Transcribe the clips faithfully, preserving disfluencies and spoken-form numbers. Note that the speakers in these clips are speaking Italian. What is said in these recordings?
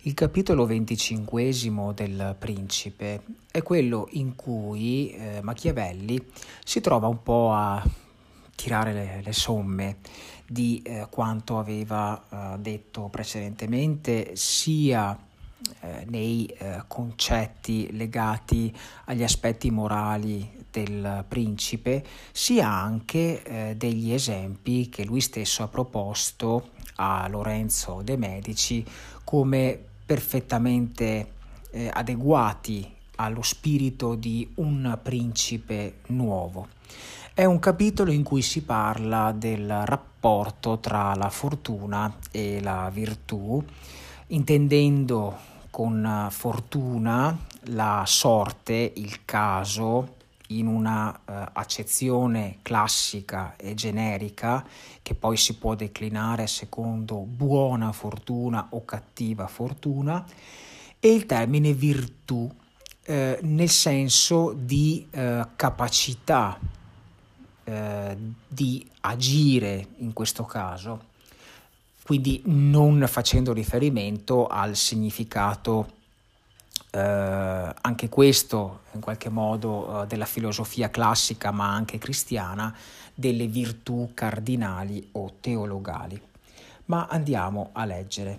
Il capitolo venticinquesimo del Principe è quello in cui eh, Machiavelli si trova un po' a tirare le, le somme di eh, quanto aveva eh, detto precedentemente, sia eh, nei eh, concetti legati agli aspetti morali del principe, sia anche eh, degli esempi che lui stesso ha proposto a Lorenzo de' Medici come perfettamente eh, adeguati allo spirito di un principe nuovo. È un capitolo in cui si parla del rapporto tra la fortuna e la virtù, intendendo con fortuna la sorte, il caso, in una uh, accezione classica e generica che poi si può declinare secondo buona fortuna o cattiva fortuna, e il termine virtù eh, nel senso di eh, capacità eh, di agire in questo caso, quindi non facendo riferimento al significato Eh, anche questo in qualche modo eh, della filosofia classica ma anche cristiana delle virtù cardinali o teologali. Ma andiamo a leggere.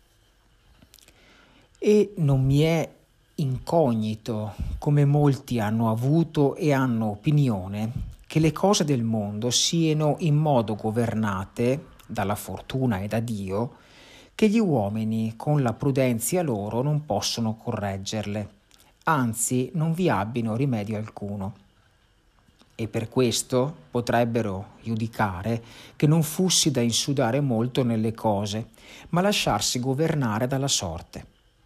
E non mi è incognito, come molti hanno avuto e hanno opinione, che le cose del mondo siano in modo governate dalla fortuna e da Dio, che gli uomini con la prudenzia loro non possono correggerle, anzi non vi abbino rimedio alcuno. E per questo potrebbero giudicare che non fussi da insudare molto nelle cose, ma lasciarsi governare dalla sorte.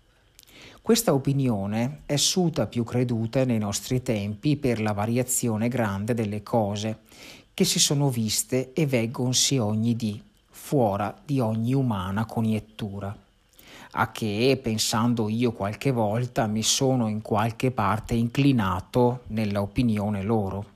Questa opinione è suta più creduta nei nostri tempi per la variazione grande delle cose, che si sono viste e veggonsi ogni dì, fuora di ogni umana coniettura, a che, pensando io qualche volta, mi sono in qualche parte inclinato nella opinione loro.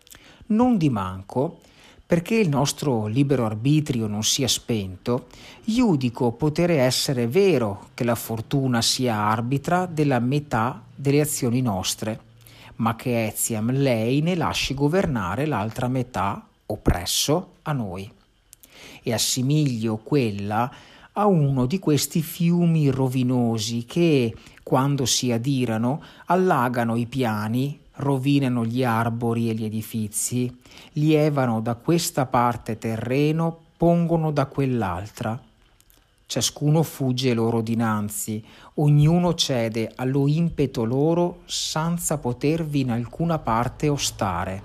Non di manco, perché il nostro libero arbitrio non sia spento, giudico potere essere vero che la fortuna sia arbitra della metà delle azioni nostre, ma che etiam lei ne lasci governare l'altra metà oppresso a noi. E assimiglio quella a uno di questi fiumi rovinosi che, quando si adirano, allagano i piani, rovinano gli arbori e gli edifizi, lievano da questa parte terreno, pongono da quell'altra. Ciascuno fugge loro dinanzi, ognuno cede allo impeto loro senza potervi in alcuna parte ostare.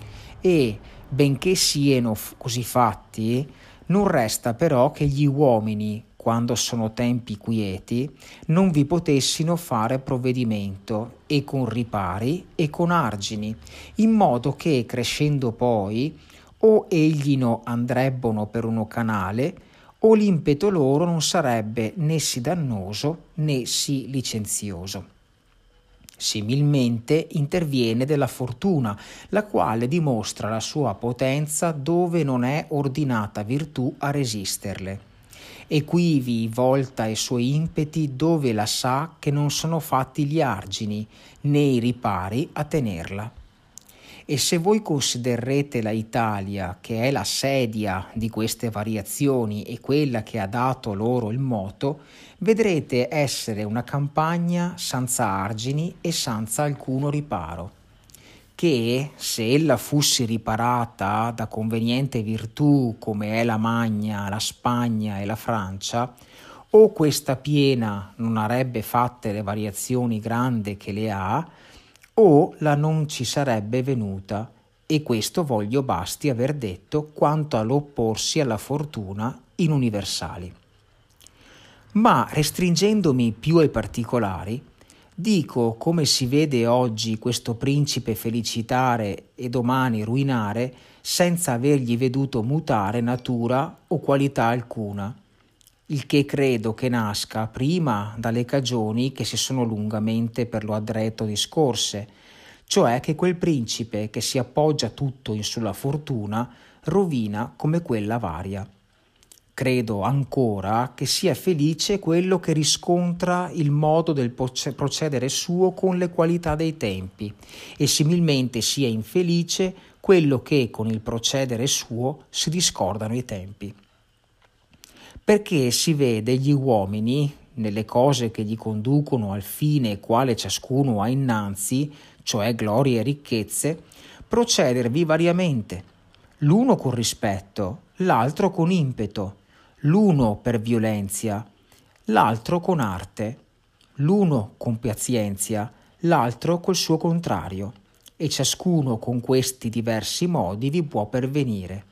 E, benché siano così fatti, non resta però che gli uomini, quando sono tempi quieti, non vi potessino fare provvedimento, e con ripari e con argini, in modo che, crescendo poi, o egli no andrebbono per uno canale, o l'impeto loro non sarebbe né sì dannoso né sì licenzioso. Similmente interviene della fortuna, la quale dimostra la sua potenza dove non è ordinata virtù a resisterle, e quivi volta i suoi impeti dove la sa che non sono fatti gli argini né i ripari a tenerla. E se voi considerrete la Italia, che è la sedia di queste variazioni e quella che ha dato loro il moto, vedrete essere una campagna senza argini e senza alcuno riparo, che, se ella fussi riparata da conveniente virtù come è la Magna, la Spagna e la Francia, o questa piena non avrebbe fatte le variazioni grandi che le ha, o la non ci sarebbe venuta, e questo voglio basti aver detto quanto all'opporsi alla fortuna in universali. Ma restringendomi più ai particolari, dico come si vede oggi questo principe felicitare e domani ruinare senza avergli veduto mutare natura o qualità alcuna, il che credo che nasca prima dalle cagioni che si sono lungamente per lo addretto discorse, cioè che quel principe che si appoggia tutto in sulla fortuna rovina come quella varia. credo ancora che sia felice quello che riscontra il modo del procedere suo con le qualità dei tempi, e similmente sia infelice quello che con il procedere suo si discordano i tempi. Perché si vede gli uomini, nelle cose che gli conducono al fine quale ciascuno ha innanzi, cioè glorie e ricchezze, procedervi variamente, l'uno con rispetto, l'altro con impeto, l'uno per violenza, l'altro con arte, l'uno con pazienza, l'altro col suo contrario, e ciascuno con questi diversi modi vi può pervenire.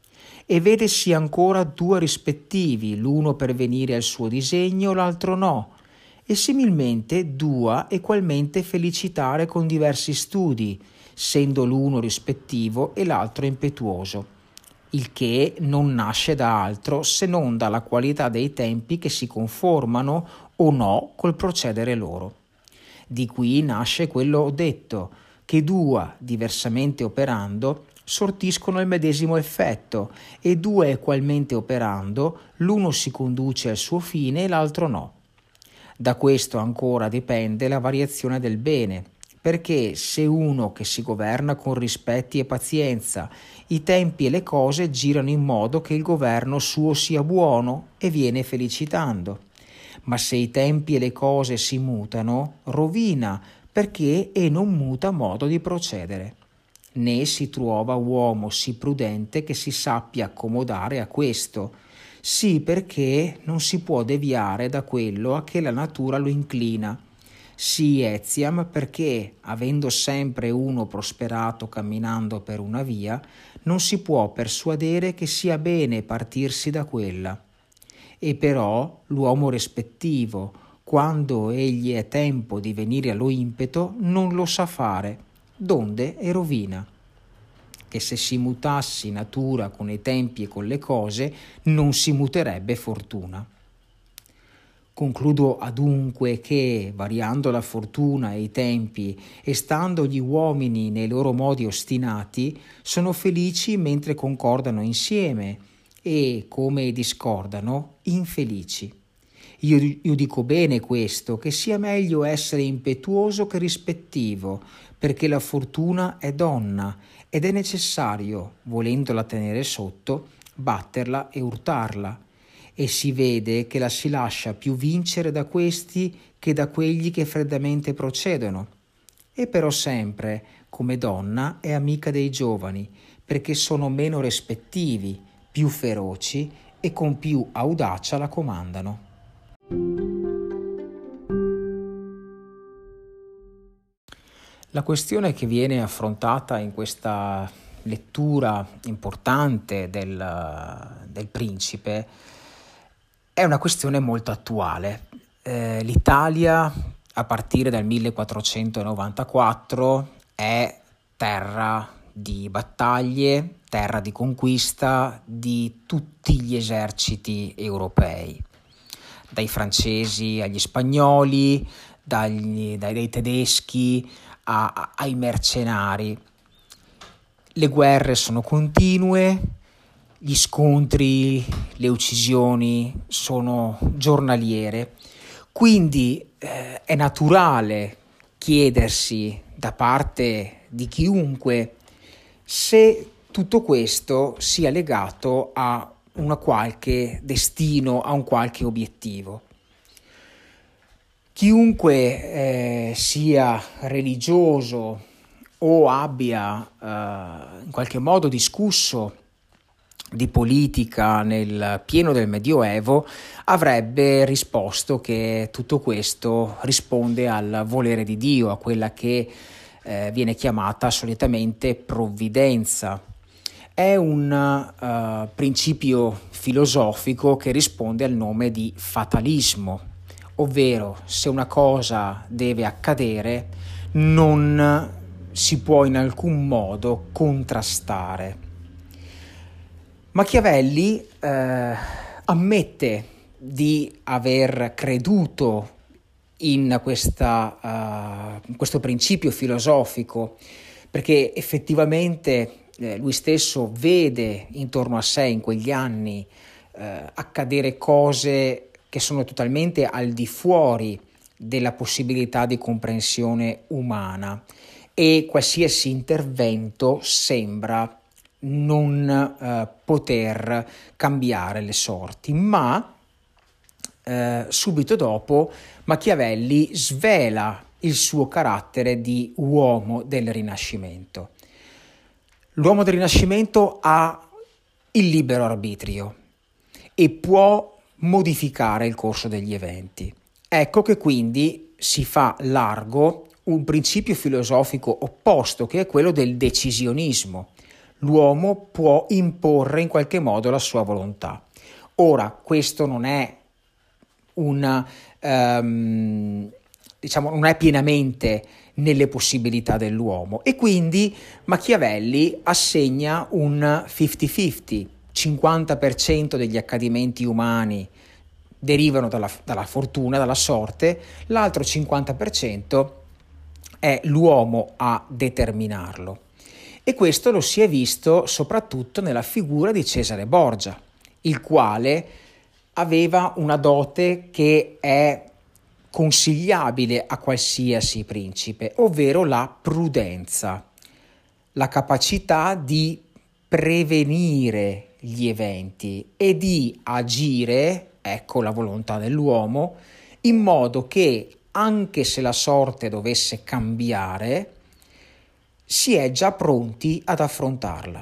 E vedesi ancora due rispettivi, l'uno per venire al suo disegno, l'altro no, e similmente dua equalmente felicitare con diversi studi, sendo l'uno rispettivo e l'altro impetuoso, il che non nasce da altro se non dalla qualità dei tempi che si conformano o no col procedere loro. Di qui nasce quello detto, che dua, diversamente operando, sortiscono il medesimo effetto, e due equalmente operando, l'uno si conduce al suo fine e l'altro no. Da questo ancora dipende la variazione del bene, perché se uno che si governa con rispetti e pazienza, i tempi e le cose girano in modo che il governo suo sia buono e viene felicitando. Ma se i tempi e le cose si mutano, rovina, perché e non muta modo di procedere. Né si trova uomo sì prudente che si sappia accomodare a questo, sì perché non si può deviare da quello a che la natura lo inclina, sì etiam perché, avendo sempre uno prosperato camminando per una via, non si può persuadere che sia bene partirsi da quella. E però l'uomo rispettivo, quando egli è tempo di venire allo impeto, non lo sa fare, donde è rovina, che se si mutassi natura con i tempi e con le cose, non si muterebbe fortuna. Concludo adunque che, variando la fortuna e i tempi e stando gli uomini nei loro modi ostinati, sono felici mentre concordano insieme e, come discordano, infelici. Io, io dico bene questo, che sia meglio essere impetuoso che rispettivo, perché la fortuna è donna ed è necessario, volendola tenere sotto, batterla e urtarla, e si vede che la si lascia più vincere da questi che da quelli che freddamente procedono. E però sempre, come donna, è amica dei giovani, perché sono meno rispettivi, più feroci e con più audacia la comandano. La questione che viene affrontata in questa lettura importante del, del Principe è una questione molto attuale. Eh, L'Italia, a partire dal millequattrocentonovantaquattro, è terra di battaglie, terra di conquista di tutti gli eserciti europei, dai francesi agli spagnoli, dagli, dai, dai tedeschi a, a, ai mercenari. Le guerre sono continue, gli scontri, le uccisioni sono giornaliere, quindi eh, è naturale chiedersi da parte di chiunque se tutto questo sia legato a una qualche destino, a un qualche obiettivo. Chiunque eh, sia religioso o abbia eh, in qualche modo discusso di politica nel pieno del Medioevo avrebbe risposto che tutto questo risponde al volere di Dio, a quella che eh, viene chiamata solitamente provvidenza. È un uh, principio filosofico che risponde al nome di fatalismo, ovvero se una cosa deve accadere non si può in alcun modo contrastare. Machiavelli eh, ammette di aver creduto in, questa, uh, in questo principio filosofico, perché effettivamente eh, lui stesso vede intorno a sé in quegli anni eh, accadere cose che sono totalmente al di fuori della possibilità di comprensione umana e qualsiasi intervento sembra non eh, poter cambiare le sorti, ma eh, subito dopo Machiavelli svela il suo carattere di uomo del Rinascimento. L'uomo del Rinascimento ha il libero arbitrio e può modificare il corso degli eventi. Ecco che quindi si fa largo un principio filosofico opposto, che è quello del decisionismo. L'uomo può imporre in qualche modo la sua volontà. Ora, questo non è una, um, diciamo, non è pienamente nelle possibilità dell'uomo, e quindi Machiavelli assegna un cinquanta cinquanta, cinquanta per cento degli accadimenti umani derivano dalla, dalla fortuna, dalla sorte, l'altro cinquanta per cento è l'uomo a determinarlo. E questo lo si è visto soprattutto nella figura di Cesare Borgia, il quale aveva una dote che è consigliabile a qualsiasi principe, ovvero la prudenza, la capacità di prevenire gli eventi e di agire, ecco la volontà dell'uomo, in modo che anche se la sorte dovesse cambiare, si è già pronti ad affrontarla.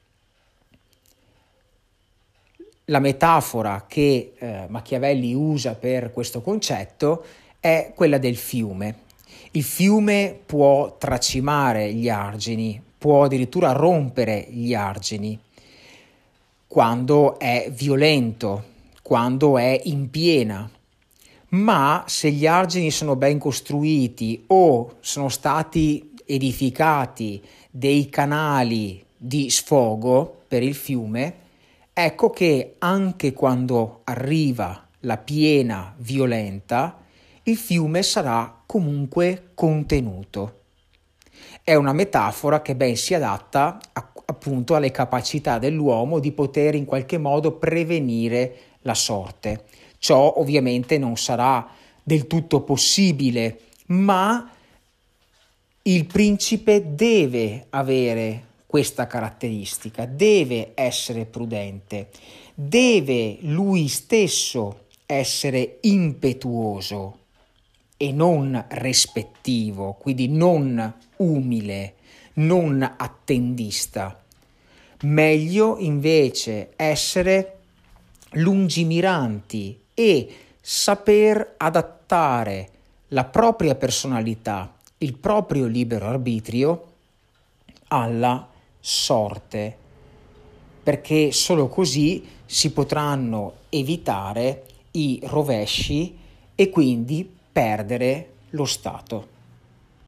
La metafora che eh, Machiavelli usa per questo concetto è quella del fiume. Il fiume può tracimare gli argini, può addirittura rompere gli argini quando è violento, quando è in piena, ma se gli argini sono ben costruiti o sono stati edificati dei canali di sfogo per il fiume, ecco che anche quando arriva la piena violenta, il fiume sarà comunque contenuto. È una metafora che ben si adatta a, appunto alle capacità dell'uomo di poter in qualche modo prevenire la sorte. Ciò ovviamente non sarà del tutto possibile, ma il principe deve avere questa caratteristica, deve essere prudente, deve lui stesso essere impetuoso e non rispettivo, quindi non umile, non attendista. Meglio invece essere lungimiranti e saper adattare la propria personalità, il proprio libero arbitrio alla sorte, perché solo così si potranno evitare i rovesci e quindi perdere lo Stato.